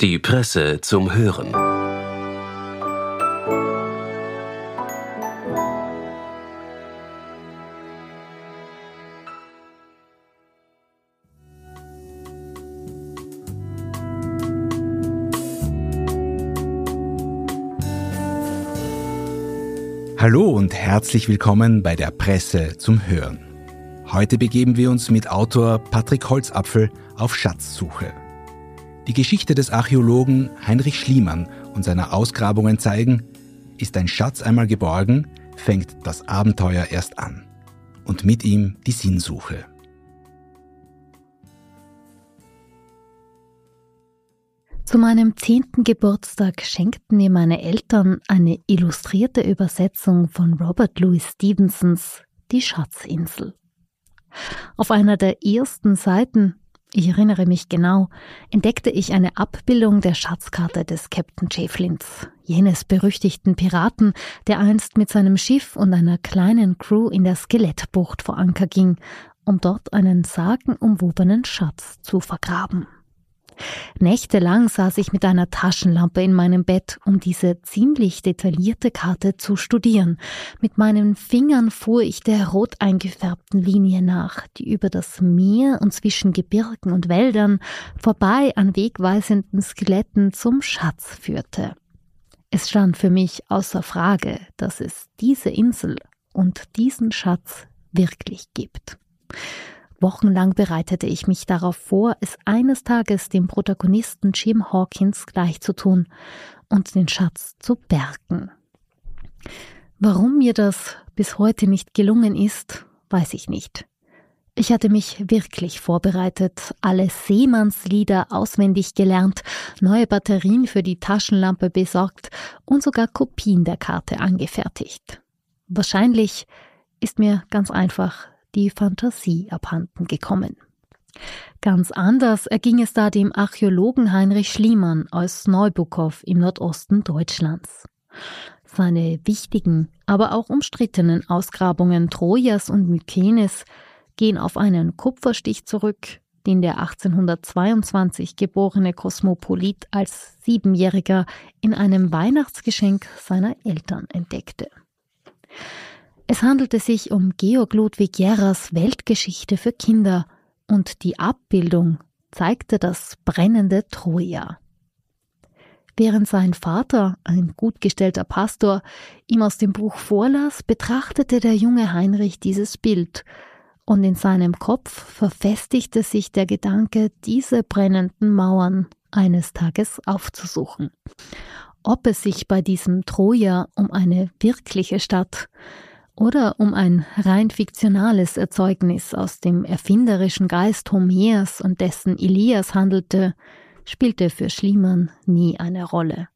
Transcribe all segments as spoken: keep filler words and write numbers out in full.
Die Presse zum Hören. Hallo und herzlich willkommen bei der Presse zum Hören. Heute begeben wir uns mit Autor Patrick Holzapfel auf Schatzsuche. Die Geschichte des Archäologen Heinrich Schliemann und seiner Ausgrabungen zeigen, ist ein Schatz einmal geborgen, fängt das Abenteuer erst an. Und mit ihm die Sinnsuche. Zu meinem zehnten Geburtstag schenkten mir meine Eltern eine illustrierte Übersetzung von Robert Louis Stevensons Die Schatzinsel. Auf einer der ersten Seiten, ich erinnere mich genau, entdeckte ich eine Abbildung der Schatzkarte des Captain J. Flints, jenes berüchtigten Piraten, der einst mit seinem Schiff und einer kleinen Crew in der Skelettbucht vor Anker ging, um dort einen sagenumwobenen Schatz zu vergraben. Nächtelang saß ich mit einer Taschenlampe in meinem Bett, um diese ziemlich detaillierte Karte zu studieren. Mit meinen Fingern fuhr ich der rot eingefärbten Linie nach, die über das Meer und zwischen Gebirgen und Wäldern vorbei an wegweisenden Skeletten zum Schatz führte. Es stand für mich außer Frage, dass es diese Insel und diesen Schatz wirklich gibt. Wochenlang bereitete ich mich darauf vor, es eines Tages dem Protagonisten Jim Hawkins gleichzutun und den Schatz zu bergen. Warum mir das bis heute nicht gelungen ist, weiß ich nicht. Ich hatte mich wirklich vorbereitet, alle Seemannslieder auswendig gelernt, neue Batterien für die Taschenlampe besorgt und sogar Kopien der Karte angefertigt. Wahrscheinlich ist mir ganz einfach die Fantasie abhanden gekommen. Ganz anders erging es da dem Archäologen Heinrich Schliemann aus Neubukow im Nordosten Deutschlands. Seine wichtigen, aber auch umstrittenen Ausgrabungen Trojas und Mykenes gehen auf einen Kupferstich zurück, den der achtzehnhundertzweiundzwanzig geborene Kosmopolit als Siebenjähriger in einem Weihnachtsgeschenk seiner Eltern entdeckte. Es handelte sich um Georg Ludwig Järras Weltgeschichte für Kinder und die Abbildung zeigte das brennende Troja. Während sein Vater, ein gut gestellter Pastor, ihm aus dem Buch vorlas, betrachtete der junge Heinrich dieses Bild und in seinem Kopf verfestigte sich der Gedanke, diese brennenden Mauern eines Tages aufzusuchen. Ob es sich bei diesem Troja um eine wirkliche Stadt oder um ein rein fiktionales Erzeugnis aus dem erfinderischen Geist Homers und dessen Ilias handelte, spielte für Schliemann nie eine Rolle.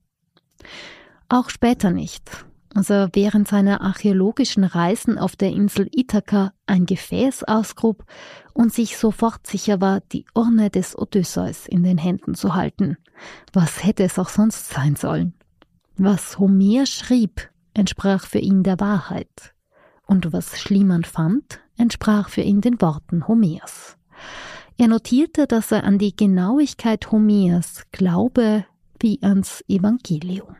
Auch später nicht, als er während seiner archäologischen Reisen auf der Insel Ithaka ein Gefäß ausgrub und sich sofort sicher war, die Urne des Odysseus in den Händen zu halten. Was hätte es auch sonst sein sollen? Was Homer schrieb, entsprach für ihn der Wahrheit. Und was Schliemann fand, entsprach für ihn den Worten Homers. Er notierte, dass er an die Genauigkeit Homers glaube wie ans Evangelium.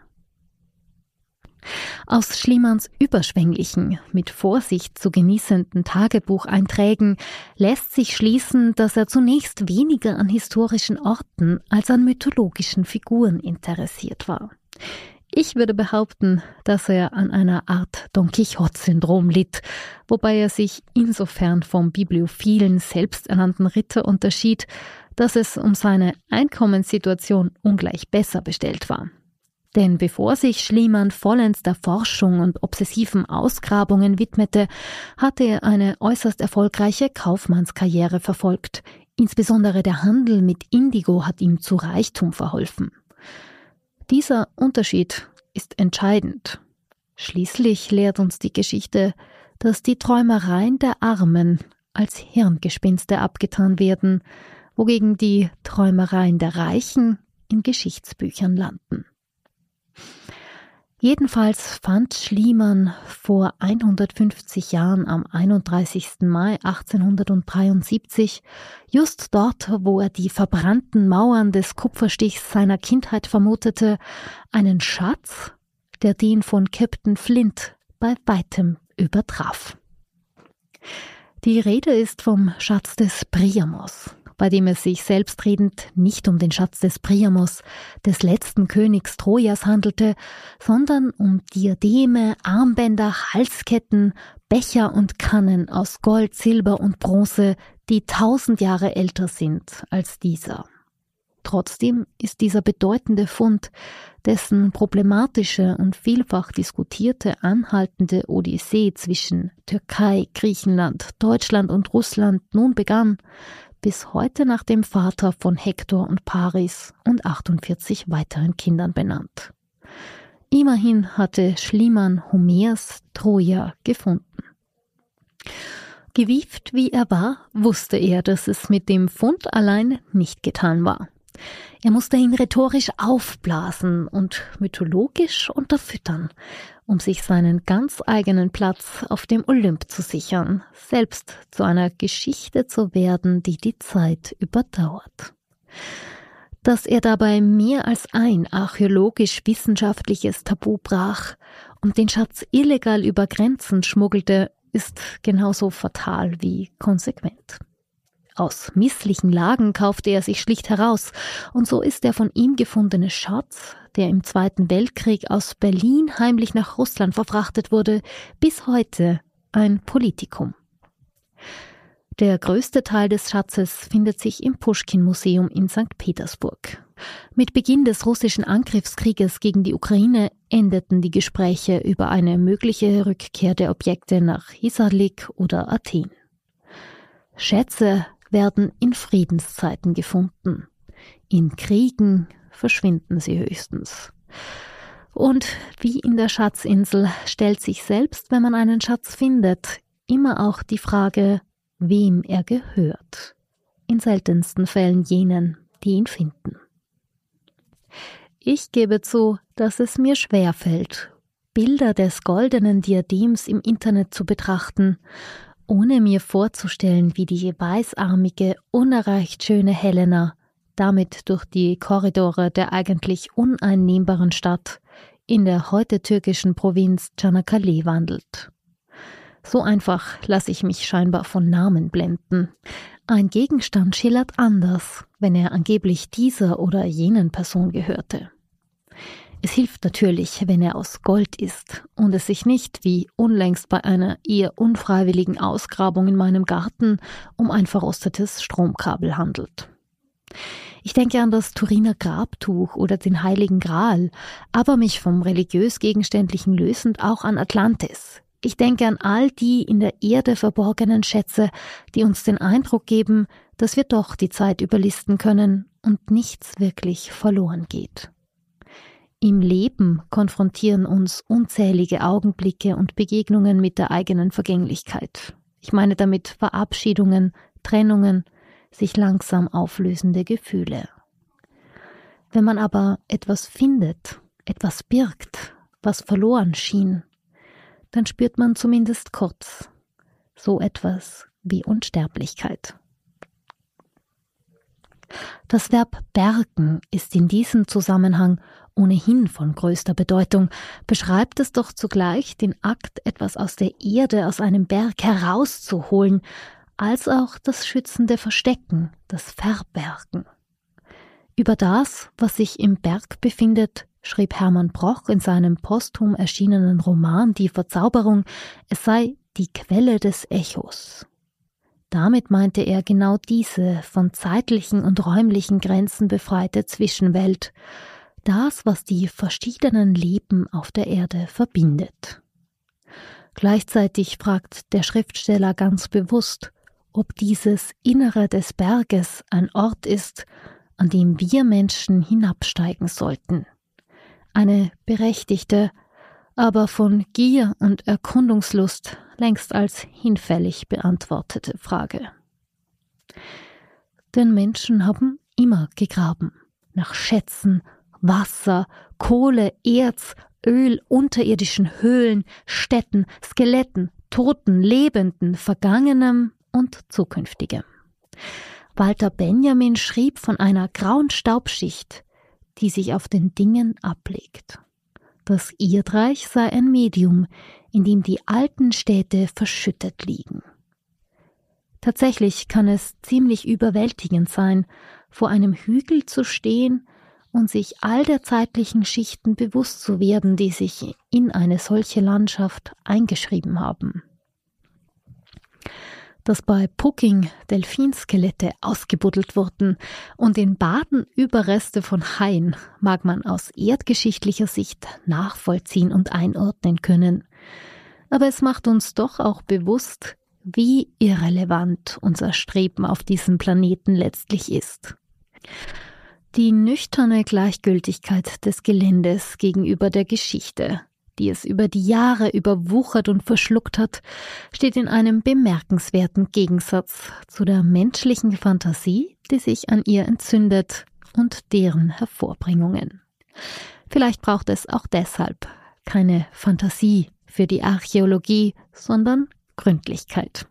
Aus Schliemanns überschwänglichen, mit Vorsicht zu genießenden Tagebucheinträgen lässt sich schließen, dass er zunächst weniger an historischen Orten als an mythologischen Figuren interessiert war. Ich würde behaupten, dass er an einer Art Don Quixote-Syndrom litt, wobei er sich insofern vom bibliophilen, selbsternannten Ritter unterschied, dass es um seine Einkommenssituation ungleich besser bestellt war. Denn bevor sich Schliemann vollends der Forschung und obsessiven Ausgrabungen widmete, hatte er eine äußerst erfolgreiche Kaufmannskarriere verfolgt. Insbesondere der Handel mit Indigo hat ihm zu Reichtum verholfen. Dieser Unterschied ist entscheidend. Schließlich lehrt uns die Geschichte, dass die Träumereien der Armen als Hirngespinste abgetan werden, wogegen die Träumereien der Reichen in Geschichtsbüchern landen. Jedenfalls fand Schliemann vor hundertfünfzig Jahren am einunddreißigsten Mai achtzehnhundertdreiundsiebzig, just dort, wo er die verbrannten Mauern des Kupferstichs seiner Kindheit vermutete, einen Schatz, der den von Captain Flint bei weitem übertraf. Die Rede ist vom Schatz des Priamos, bei dem es sich selbstredend nicht um den Schatz des Priamos, des letzten Königs Trojas, handelte, sondern um Diademe, Armbänder, Halsketten, Becher und Kannen aus Gold, Silber und Bronze, die tausend Jahre älter sind als dieser. Trotzdem ist dieser bedeutende Fund, dessen problematische und vielfach diskutierte anhaltende Odyssee zwischen Türkei, Griechenland, Deutschland und Russland nun begann, bis heute nach dem Vater von Hektor und Paris und achtundvierzig weiteren Kindern benannt. Immerhin hatte Schliemann Homers Troja gefunden. Gewieft wie er war, wusste er, dass es mit dem Fund allein nicht getan war. Er musste ihn rhetorisch aufblasen und mythologisch unterfüttern, um sich seinen ganz eigenen Platz auf dem Olymp zu sichern, selbst zu einer Geschichte zu werden, die die Zeit überdauert. Dass er dabei mehr als ein archäologisch-wissenschaftliches Tabu brach und den Schatz illegal über Grenzen schmuggelte, ist genauso fatal wie konsequent. Aus misslichen Lagen kaufte er sich schlicht heraus, und so ist der von ihm gefundene Schatz, der im Zweiten Weltkrieg aus Berlin heimlich nach Russland verfrachtet wurde, bis heute ein Politikum. Der größte Teil des Schatzes findet sich im Puschkin-Museum in Sankt Petersburg. Mit Beginn des russischen Angriffskrieges gegen die Ukraine endeten die Gespräche über eine mögliche Rückkehr der Objekte nach Hisarlik oder Athen. Schätze werden in Friedenszeiten gefunden. In Kriegen verschwinden sie höchstens. Und wie in der Schatzinsel stellt sich selbst, wenn man einen Schatz findet, immer auch die Frage, wem er gehört. In seltensten Fällen jenen, die ihn finden. Ich gebe zu, dass es mir schwerfällt, Bilder des goldenen Diadems im Internet zu betrachten, ohne mir vorzustellen, wie die weißarmige, unerreicht schöne Helena damit durch die Korridore der eigentlich uneinnehmbaren Stadt in der heute türkischen Provinz Çanakkale wandelt. So einfach lasse ich mich scheinbar von Namen blenden. Ein Gegenstand schillert anders, wenn er angeblich dieser oder jenen Person gehörte. Es hilft natürlich, wenn er aus Gold ist und es sich nicht, wie unlängst bei einer eher unfreiwilligen Ausgrabung in meinem Garten, um ein verrostetes Stromkabel handelt. Ich denke an das Turiner Grabtuch oder den Heiligen Gral, aber mich vom religiös-gegenständlichen lösend auch an Atlantis. Ich denke an all die in der Erde verborgenen Schätze, die uns den Eindruck geben, dass wir doch die Zeit überlisten können und nichts wirklich verloren geht. Im Leben konfrontieren uns unzählige Augenblicke und Begegnungen mit der eigenen Vergänglichkeit. Ich meine damit Verabschiedungen, Trennungen, sich langsam auflösende Gefühle. Wenn man aber etwas findet, etwas birgt, was verloren schien, dann spürt man zumindest kurz so etwas wie Unsterblichkeit. Das Verb bergen ist in diesem Zusammenhang ohnehin von größter Bedeutung, beschreibt es doch zugleich den Akt, etwas aus der Erde, aus einem Berg herauszuholen, als auch das schützende Verstecken, das Verbergen. Über das, was sich im Berg befindet, schrieb Hermann Broch in seinem posthum erschienenen Roman Die Verzauberung, es sei die Quelle des Echos. Damit meinte er genau diese von zeitlichen und räumlichen Grenzen befreite Zwischenwelt, das, was die verschiedenen Leben auf der Erde verbindet. Gleichzeitig fragt der Schriftsteller ganz bewusst, ob dieses Innere des Berges ein Ort ist, an dem wir Menschen hinabsteigen sollten. Eine berechtigte, aber von Gier und Erkundungslust längst als hinfällig beantwortete Frage. Denn Menschen haben immer gegraben, nach Schätzen, Wasser, Kohle, Erz, Öl unterirdischen Höhlen, Städten, Skeletten, Toten, Lebenden, Vergangenem und Zukünftigem. Walter Benjamin schrieb von einer grauen Staubschicht, die sich auf den Dingen ablegt. Das Erdreich sei ein Medium, in dem die alten Städte verschüttet liegen. Tatsächlich kann es ziemlich überwältigend sein, vor einem Hügel zu stehen und sich all der zeitlichen Schichten bewusst zu werden, die sich in eine solche Landschaft eingeschrieben haben. Dass bei Pucking Delfinskelette ausgebuddelt wurden und in Baden Überreste von Haien, mag man aus erdgeschichtlicher Sicht nachvollziehen und einordnen können. Aber es macht uns doch auch bewusst, wie irrelevant unser Streben auf diesem Planeten letztlich ist. Die nüchterne Gleichgültigkeit des Geländes gegenüber der Geschichte, die es über die Jahre überwuchert und verschluckt hat, steht in einem bemerkenswerten Gegensatz zu der menschlichen Fantasie, die sich an ihr entzündet, und deren Hervorbringungen. Vielleicht braucht es auch deshalb keine Fantasie für die Archäologie, sondern Gründlichkeit.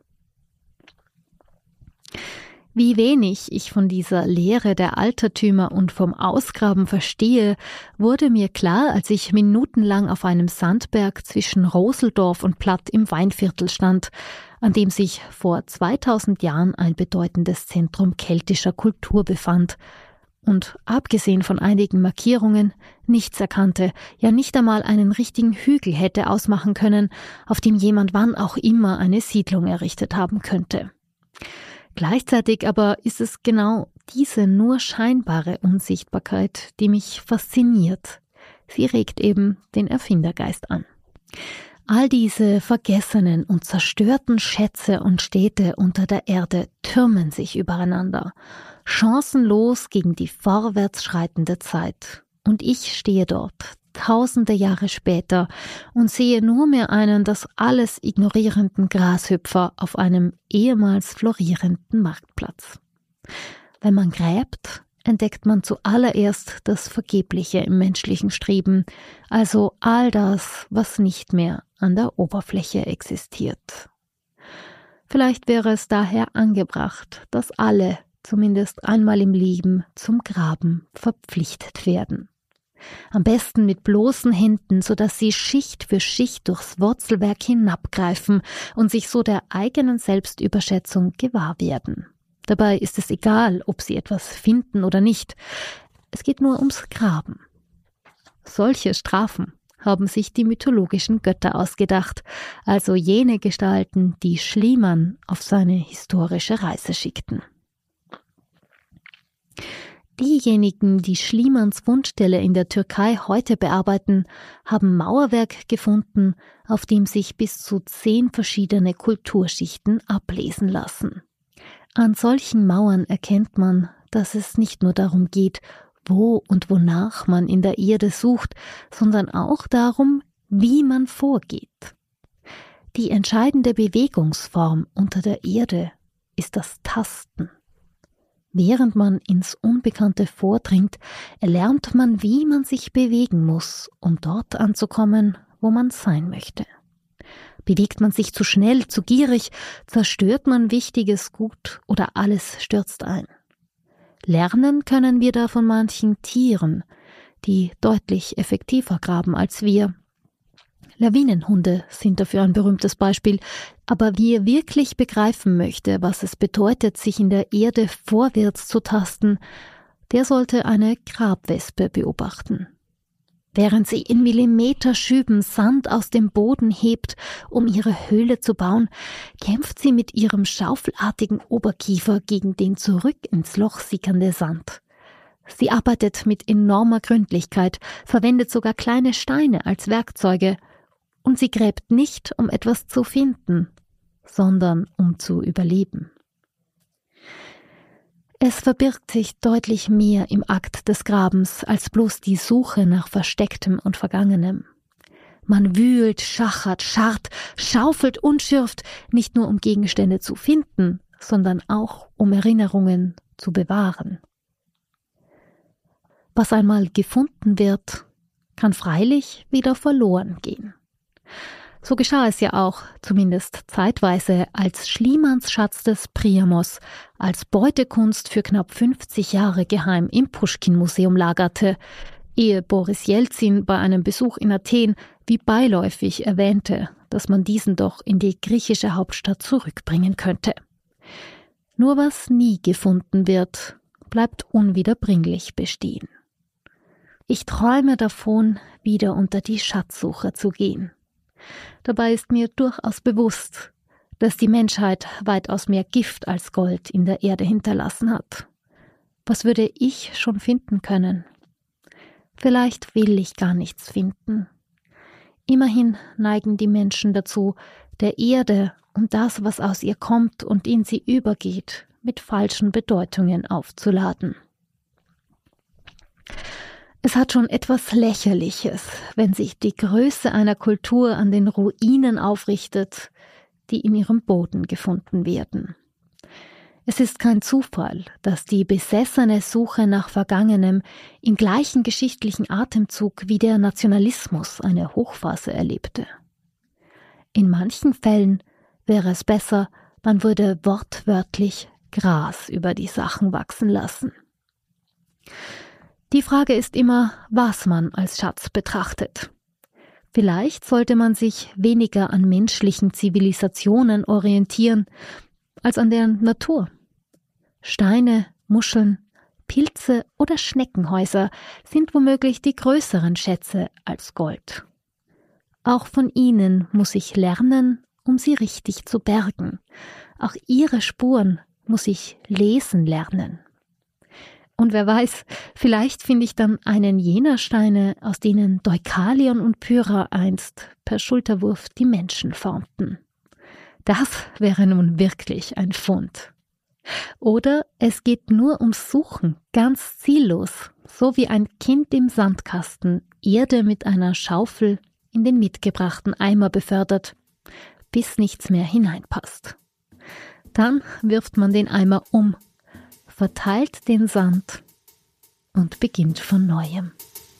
Wie wenig ich von dieser Lehre der Altertümer und vom Ausgraben verstehe, wurde mir klar, als ich minutenlang auf einem Sandberg zwischen Roseldorf und Platt im Weinviertel stand, an dem sich vor zweitausend Jahren ein bedeutendes Zentrum keltischer Kultur befand und abgesehen von einigen Markierungen nichts erkannte, ja nicht einmal einen richtigen Hügel hätte ausmachen können, auf dem jemand wann auch immer eine Siedlung errichtet haben könnte. Gleichzeitig aber ist es genau diese nur scheinbare Unsichtbarkeit, die mich fasziniert. Sie regt eben den Erfindergeist an. All diese vergessenen und zerstörten Schätze und Städte unter der Erde türmen sich übereinander, chancenlos gegen die vorwärts schreitende Zeit. Und ich stehe dort, tausende Jahre später, und sehe nur mehr einen das alles ignorierenden Grashüpfer auf einem ehemals florierenden Marktplatz. Wenn man gräbt, entdeckt man zuallererst das Vergebliche im menschlichen Streben, also all das, was nicht mehr an der Oberfläche existiert. Vielleicht wäre es daher angebracht, dass alle, zumindest einmal im Leben, zum Graben verpflichtet werden. Am besten mit bloßen Händen, sodass sie Schicht für Schicht durchs Wurzelwerk hinabgreifen und sich so der eigenen Selbstüberschätzung gewahr werden. Dabei ist es egal, ob sie etwas finden oder nicht. Es geht nur ums Graben. Solche Strafen haben sich die mythologischen Götter ausgedacht, also jene Gestalten, die Schliemann auf seine historische Reise schickten. Diejenigen, die Schliemanns Fundstelle in der Türkei heute bearbeiten, haben Mauerwerk gefunden, auf dem sich bis zu zehn verschiedene Kulturschichten ablesen lassen. An solchen Mauern erkennt man, dass es nicht nur darum geht, wo und wonach man in der Erde sucht, sondern auch darum, wie man vorgeht. Die entscheidende Bewegungsform unter der Erde ist das Tasten. Während man ins Unbekannte vordringt, erlernt man, wie man sich bewegen muss, um dort anzukommen, wo man sein möchte. Bewegt man sich zu schnell, zu gierig, zerstört man wichtiges Gut oder alles stürzt ein. Lernen können wir da von manchen Tieren, die deutlich effektiver graben als wir. Lawinenhunde sind dafür ein berühmtes Beispiel, aber wer wirklich begreifen möchte, was es bedeutet, sich in der Erde vorwärts zu tasten, der sollte eine Grabwespe beobachten. Während sie in Millimeterschüben Sand aus dem Boden hebt, um ihre Höhle zu bauen, kämpft sie mit ihrem schaufelartigen Oberkiefer gegen den zurück ins Loch sickernde Sand. Sie arbeitet mit enormer Gründlichkeit, verwendet sogar kleine Steine als Werkzeuge, und sie gräbt nicht, um etwas zu finden, sondern um zu überleben. Es verbirgt sich deutlich mehr im Akt des Grabens als bloß die Suche nach Verstecktem und Vergangenem. Man wühlt, schachert, scharrt, schaufelt und schürft, nicht nur um Gegenstände zu finden, sondern auch um Erinnerungen zu bewahren. Was einmal gefunden wird, kann freilich wieder verloren gehen. So geschah es ja auch, zumindest zeitweise, als Schliemanns Schatz des Priamos als Beutekunst für knapp fünfzig Jahre geheim im Puschkin-Museum lagerte, ehe Boris Jelzin bei einem Besuch in Athen wie beiläufig erwähnte, dass man diesen doch in die griechische Hauptstadt zurückbringen könnte. Nur was nie gefunden wird, bleibt unwiederbringlich bestehen. Ich träume davon, wieder unter die Schatzsuche zu gehen. Dabei ist mir durchaus bewusst, dass die Menschheit weitaus mehr Gift als Gold in der Erde hinterlassen hat. Was würde ich schon finden können? Vielleicht will ich gar nichts finden. Immerhin neigen die Menschen dazu, der Erde und das, was aus ihr kommt und in sie übergeht, mit falschen Bedeutungen aufzuladen. Es hat schon etwas Lächerliches, wenn sich die Größe einer Kultur an den Ruinen aufrichtet, die in ihrem Boden gefunden werden. Es ist kein Zufall, dass die besessene Suche nach Vergangenem im gleichen geschichtlichen Atemzug wie der Nationalismus eine Hochphase erlebte. In manchen Fällen wäre es besser, man würde wortwörtlich Gras über die Sachen wachsen lassen. Die Frage ist immer, was man als Schatz betrachtet. Vielleicht sollte man sich weniger an menschlichen Zivilisationen orientieren, als an deren Natur. Steine, Muscheln, Pilze oder Schneckenhäuser sind womöglich die größeren Schätze als Gold. Auch von ihnen muss ich lernen, um sie richtig zu bergen. Auch ihre Spuren muss ich lesen lernen. Und wer weiß, vielleicht finde ich dann einen jener Steine, aus denen Deukalion und Pyrrha einst per Schulterwurf die Menschen formten. Das wäre nun wirklich ein Fund. Oder es geht nur ums Suchen, ganz ziellos, so wie ein Kind im Sandkasten Erde mit einer Schaufel in den mitgebrachten Eimer befördert, bis nichts mehr hineinpasst. Dann wirft man den Eimer um, verteilt den Sand und beginnt von Neuem.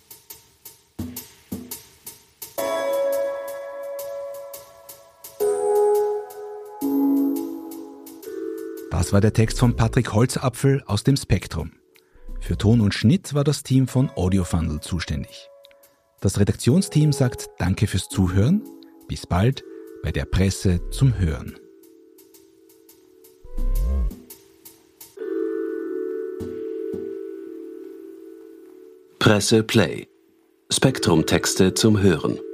Das war der Text von Patrick Holzapfel aus dem Spektrum. Für Ton und Schnitt war das Team von Audiofundle zuständig. Das Redaktionsteam sagt Danke fürs Zuhören. Bis bald bei der Presse zum Hören. Presse Play. Spektrum-Texte zum Hören.